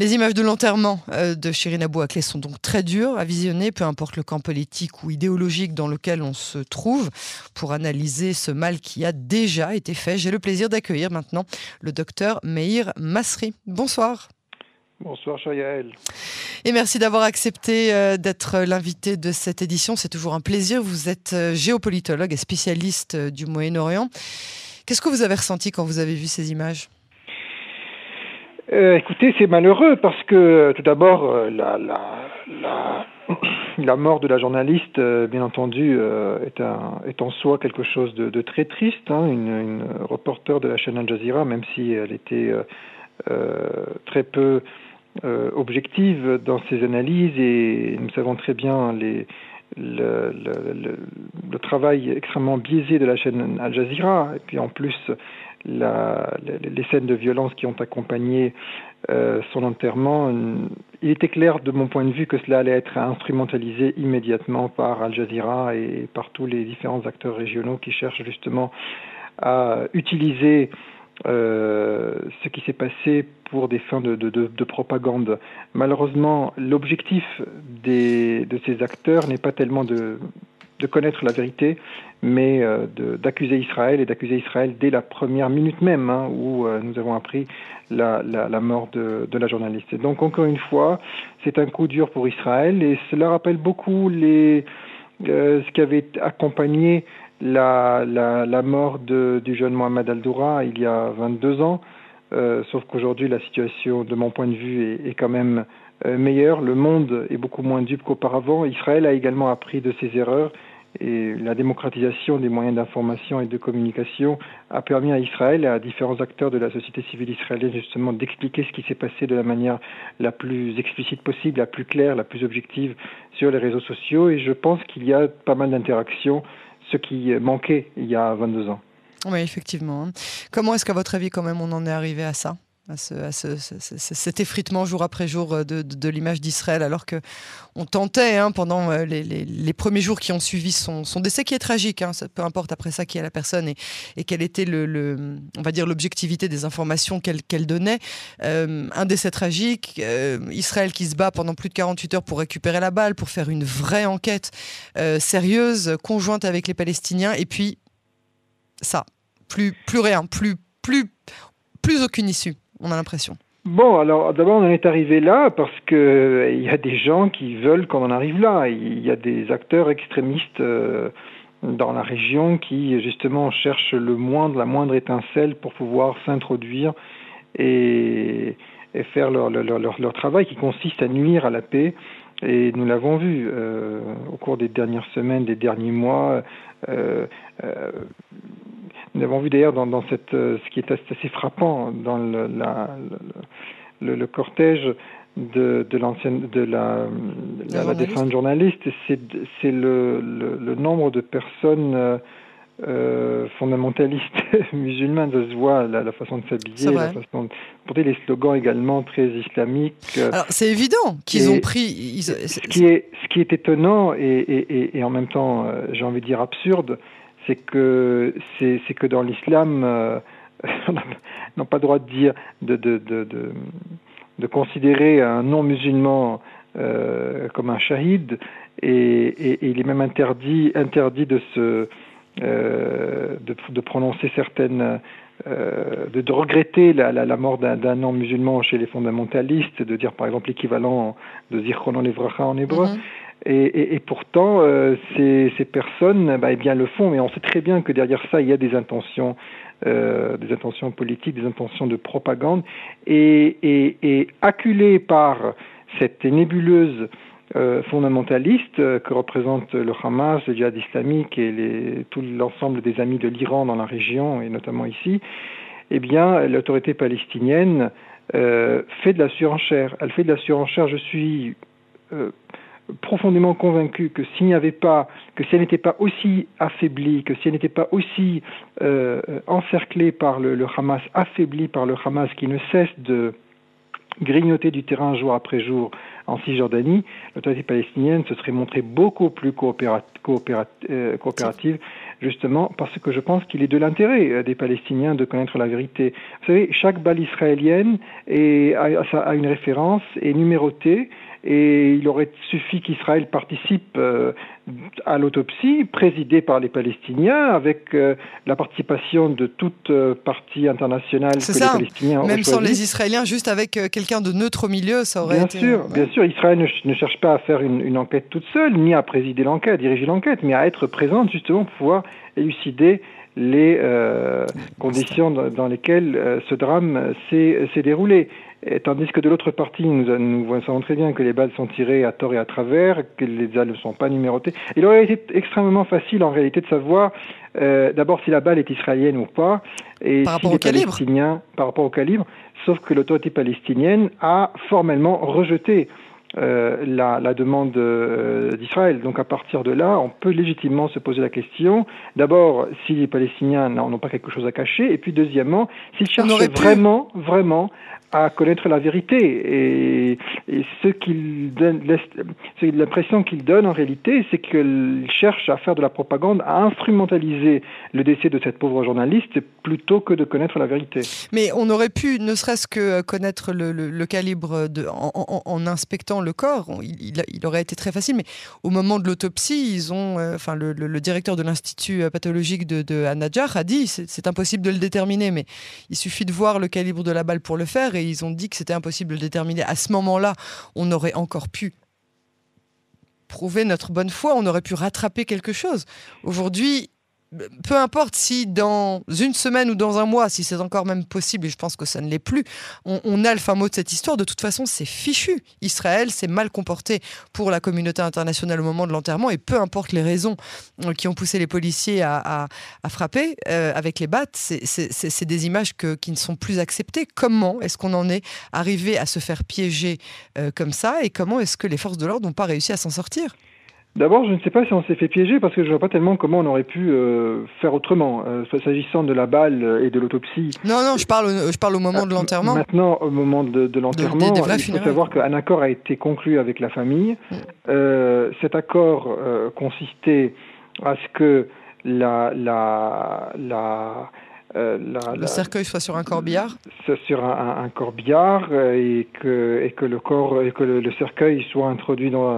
Les images de l'enterrement de Shirin Abu Akleh sont donc très dures à visionner, peu importe le camp politique ou idéologique dans lequel on se trouve. Pour analyser ce mal qui a déjà été fait, j'ai le plaisir d'accueillir maintenant le docteur Meir Masri. Bonsoir. Bonsoir, cher Yael. Et merci d'avoir accepté d'être l'invité de cette édition. C'est toujours un plaisir. Vous êtes géopolitologue et spécialiste du Moyen-Orient. Qu'est-ce que vous avez ressenti quand vous avez vu ces images ? Écoutez, c'est malheureux parce que tout d'abord, la mort de la journaliste, bien entendu, est en soi quelque chose de très triste. Une reporter de la chaîne Al Jazeera, même si elle était très peu objective dans ses analyses, et nous savons très bien le travail extrêmement biaisé de la chaîne Al Jazeera, et puis en plus les scènes de violence qui ont accompagné son enterrement. Il était clair de mon point de vue que cela allait être instrumentalisé immédiatement par Al Jazeera et par tous les différents acteurs régionaux qui cherchent justement à utiliser ce qui s'est passé pour des fins de propagande. Malheureusement, l'objectif de ces acteurs n'est pas tellement de connaître la vérité, mais d'accuser Israël, et d'accuser Israël dès la première minute même, où nous avons appris la mort de la journaliste. Et donc, encore une fois, c'est un coup dur pour Israël, et cela rappelle beaucoup ce qui avait accompagné la mort du jeune Mohamed Al-Doura il y a 22 ans, sauf qu'aujourd'hui la situation, de mon point de vue, est quand même meilleure. Le monde est beaucoup moins dupe qu'auparavant. Israël a également appris de ses erreurs, et la démocratisation des moyens d'information et de communication a permis à Israël et à différents acteurs de la société civile israélienne justement d'expliquer ce qui s'est passé de la manière la plus explicite possible, la plus claire, la plus objective sur les réseaux sociaux, et je pense qu'il y a pas mal d'interactions, ce qui manquait il y a 22 ans. Oui, effectivement. Comment est-ce qu'à votre avis, quand même, on en est arrivé à ça, à cet effritement jour après jour de l'image d'Israël, alors qu'on tentait pendant les premiers jours qui ont suivi son décès, qui est tragique, peu importe après ça qui est la personne et quelle était on va dire l'objectivité des informations qu'elle donnait. Un décès tragique, Israël qui se bat pendant plus de 48 heures pour récupérer la balle, pour faire une vraie enquête sérieuse, conjointe avec les Palestiniens, et puis ça, plus rien, plus aucune issue, on a l'impression. Bon, alors d'abord on en est arrivé là parce que il y a des gens qui veulent qu'on en arrive là. Il y a des acteurs extrémistes dans la région qui justement cherchent la moindre étincelle pour pouvoir s'introduire et faire leur travail qui consiste à nuire à la paix. Et nous l'avons vu au cours des dernières semaines, des derniers mois. Nous l'avons vu d'ailleurs dans ce qui est assez frappant dans le cortège de la défunte journaliste, c'est le nombre de personnes fondamentalistes musulmanes. Ça se voit, la façon de s'habiller, la façon de porter les slogans également très islamiques. Alors c'est évident qu'ils ont pris. Ce qui est étonnant et en même temps, j'ai envie de dire absurde, c'est que dans l'islam, on n'a pas le droit de dire de considérer un non-musulman comme un shahid, et il est même interdit de prononcer certaines, de regretter la mort d'un non-musulman chez les fondamentalistes, de dire par exemple l'équivalent de Zichrono Livracha en hébreu. Et pourtant, ces personnes eh bien, le font, mais on sait très bien que derrière ça, il y a des intentions politiques, des intentions de propagande, et acculés par cette nébuleuse fondamentaliste que représente le Hamas, le djihad islamique et tout l'ensemble des amis de l'Iran dans la région, et notamment ici, eh bien, l'autorité palestinienne fait de la surenchère. Elle fait de la surenchère. Je suis profondément convaincu que si elle n'était pas aussi affaiblie, que si elle n'était pas aussi encerclée par le Hamas, affaiblie par le Hamas qui ne cesse de grignoter du terrain jour après jour en Cisjordanie, l'autorité palestinienne se serait montrée beaucoup plus coopérative. justement parce que je pense qu'il est de l'intérêt des Palestiniens de connaître la vérité. Vous savez, chaque balle israélienne a une référence, est numérotée, et il aurait suffi qu'Israël participe à l'autopsie présidée par les Palestiniens avec la participation de toute partie internationale que les Palestiniens auraient même choisi. Sans les Israéliens, juste avec quelqu'un de neutre au milieu, ça aurait été... Bien sûr, Israël ne cherche pas à faire une enquête toute seule, ni à présider l'enquête, diriger l'enquête, mais à être présente justement pour pouvoir élucider les conditions dans lesquelles ce drame s'est déroulé. Et tandis que de l'autre partie, nous savons très bien que les balles sont tirées à tort et à travers, que les balles ne sont pas numérotées. Il aurait été extrêmement facile en réalité de savoir d'abord si la balle est israélienne ou pas, et par si les Palestiniens, par rapport au calibre, sauf que l'autorité palestinienne a formellement rejeté la demande d'Israël. Donc à partir de là, on peut légitimement se poser la question, d'abord, si les Palestiniens n'ont pas quelque chose à cacher, et puis deuxièmement, s'ils cherchent vraiment à connaître la vérité. Et l'impression qu'ils donnent en réalité, c'est qu'ils cherchent à faire de la propagande, à instrumentaliser le décès de cette pauvre journaliste plutôt que de connaître la vérité. Mais on aurait pu, ne serait-ce que connaître le calibre en inspectant le corps, il aurait été très facile. Mais au moment de l'autopsie, le directeur de l'institut pathologique de An-Najjar a dit c'est impossible de le déterminer, mais il suffit de voir le calibre de la balle pour le faire. Et ils ont dit que c'était impossible de le déterminer. À ce moment-là, on aurait encore pu prouver notre bonne foi, on aurait pu rattraper quelque chose. Aujourd'hui, peu importe si dans une semaine ou dans un mois, si c'est encore même possible, et je pense que ça ne l'est plus, on a le fin mot de cette histoire. De toute façon, c'est fichu. Israël s'est mal comporté pour la communauté internationale au moment de l'enterrement, et peu importe les raisons qui ont poussé les policiers à frapper avec les battes, c'est des images qui ne sont plus acceptées. Comment est-ce qu'on en est arrivé à se faire piéger comme ça, et comment est-ce que les forces de l'ordre n'ont pas réussi à s'en sortir ? D'abord, je ne sais pas si on s'est fait piéger parce que je ne vois pas tellement comment on aurait pu faire autrement, s'agissant de la balle et de l'autopsie. Non, je parle au moment de l'enterrement. Maintenant, au moment de l'enterrement, il faut savoir qu'un accord a été conclu avec la famille. Cet accord consistait à ce que le cercueil soit sur un corbillard. Sur un corbillard et que le cercueil soit introduit dans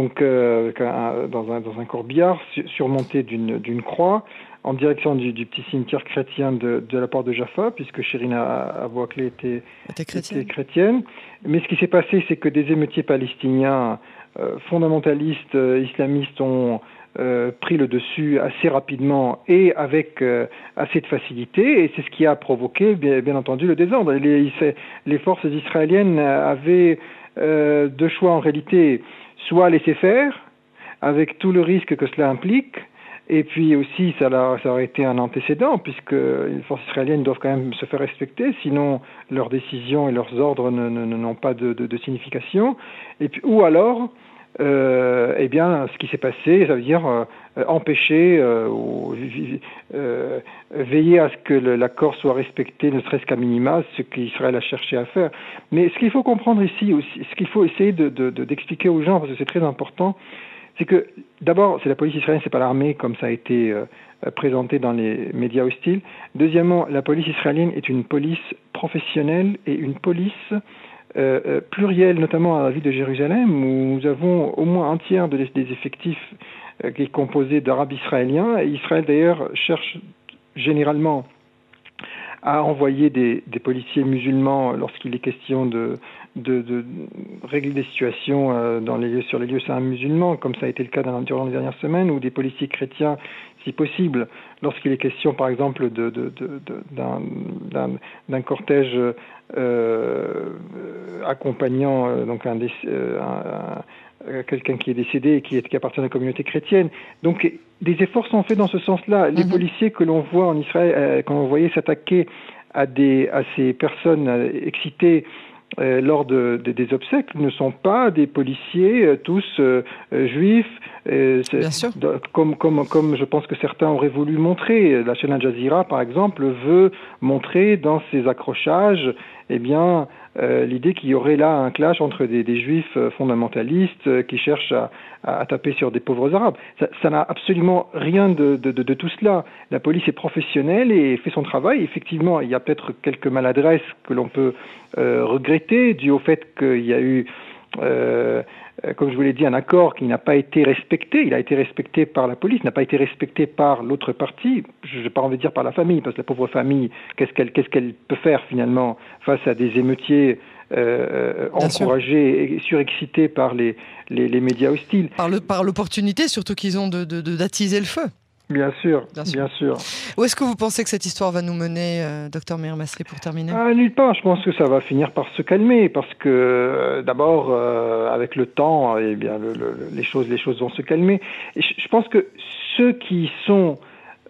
un corbillard surmonté d'une croix en direction du petit cimetière chrétien de la porte de Jaffa, puisque Shirin Abu Akleh était chrétienne. Mais ce qui s'est passé, c'est que des émeutiers palestiniens fondamentalistes islamistes ont pris le dessus assez rapidement et avec assez de facilité, et c'est ce qui a provoqué bien entendu le désordre. Les forces israéliennes avaient deux choix en réalité, soit laisser faire avec tout le risque que cela implique, et puis aussi ça aurait été un antécédent puisque les forces israéliennes doivent quand même se faire respecter, sinon leurs décisions et leurs ordres n'ont pas de signification, et puis, ou alors ce qui s'est passé, ça veut dire empêcher ou veiller à ce que l'accord soit respecté, ne serait-ce qu'à minima, ce qu'Israël a cherché à faire. Mais ce qu'il faut comprendre ici aussi, ce qu'il faut essayer d'expliquer aux gens, parce que c'est très important, c'est que d'abord, c'est la police israélienne, c'est pas l'armée comme ça a été présenté dans les médias hostiles. Deuxièmement, la police israélienne est une police professionnelle et une police plurielle, notamment à la ville de Jérusalem, où nous avons au moins un tiers des effectifs qui est composé d'Arabes israéliens. Et Israël, d'ailleurs, cherche généralement à envoyer des policiers musulmans lorsqu'il est question de régler des situations sur les lieux saints musulmans, comme ça a été le cas durant les dernières semaines, ou des policiers chrétiens, si possible, lorsqu'il est question, par exemple, d'un cortège accompagnant quelqu'un qui est décédé et qui appartient à la communauté chrétienne. Donc des efforts sont faits dans ce sens-là. Les policiers que l'on voit en Israël, quand on voyait s'attaquer à ces personnes excitées lors des obsèques, ne sont pas des policiers tous juifs, comme je pense que certains auraient voulu montrer. La chaîne Al Jazeera, par exemple, veut montrer dans ses accrochages eh bien, l'idée qu'il y aurait là un clash entre des juifs fondamentalistes qui cherchent à taper sur des pauvres arabes. Ça n'a absolument rien de tout cela. La police est professionnelle et fait son travail. Effectivement, il y a peut-être quelques maladresses que l'on peut regretter, dû au fait qu'il y a eu comme je vous l'ai dit, un accord qui n'a pas été respecté. Il a été respecté par la police, n'a pas été respecté par l'autre partie. Je n'ai pas envie de dire par la famille, parce que la pauvre famille, qu'est-ce qu'elle peut faire finalement face à des émeutiers encouragés et surexcités par les médias hostiles. Par l'opportunité surtout qu'ils ont d'attiser le feu. Bien sûr, bien sûr. Où est-ce que vous pensez que cette histoire va nous mener, Dr Meir Masri, pour terminer ? Nulle part. Je pense que ça va finir par se calmer, parce que d'abord, avec le temps, eh bien, les choses vont se calmer. Et je pense que ceux qui ont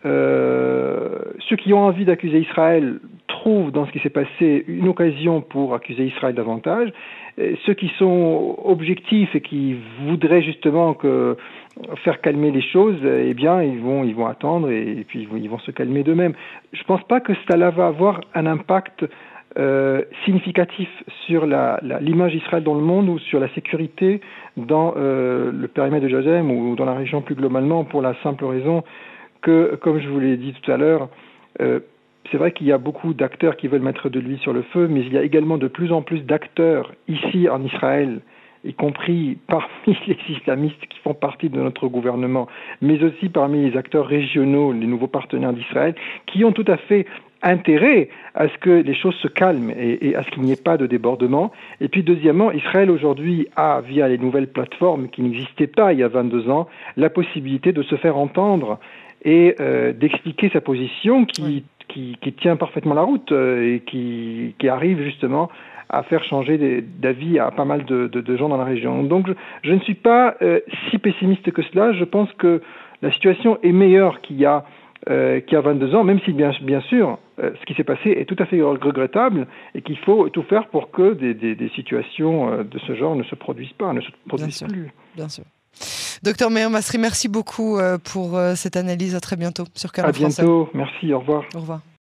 envie d'accuser Israël trouvent dans ce qui s'est passé une occasion pour accuser Israël davantage. Et ceux qui sont objectifs et qui voudraient justement faire calmer les choses, eh bien, ils vont attendre et puis ils vont se calmer d'eux-mêmes. Je ne pense pas que cela va avoir un impact significatif sur l'image d'Israël dans le monde ou sur la sécurité dans le périmètre de Jérusalem ou dans la région plus globalement, pour la simple raison que, comme je vous l'ai dit tout à l'heure, c'est vrai qu'il y a beaucoup d'acteurs qui veulent mettre de l'huile sur le feu, mais il y a également de plus en plus d'acteurs ici en Israël, y compris parmi les islamistes qui font partie de notre gouvernement, mais aussi parmi les acteurs régionaux, les nouveaux partenaires d'Israël, qui ont tout à fait intérêt à ce que les choses se calment et à ce qu'il n'y ait pas de débordement. Et puis deuxièmement, Israël aujourd'hui a, via les nouvelles plateformes qui n'existaient pas il y a 22 ans, la possibilité de se faire entendre et d'expliquer sa position qui tient parfaitement la route et qui arrive justement à faire changer d'avis à pas mal de gens dans la région. Donc je ne suis pas si pessimiste que cela. Je pense que la situation est meilleure qu'il y a 22 ans, même si bien sûr ce qui s'est passé est tout à fait regrettable et qu'il faut tout faire pour que des situations de ce genre ne se produisent pas, ne se produisent plus. Bien sûr. Dr Meir Masri, merci beaucoup pour cette analyse. À très bientôt sur Canal Français. À bientôt. Merci. Au revoir. Au revoir.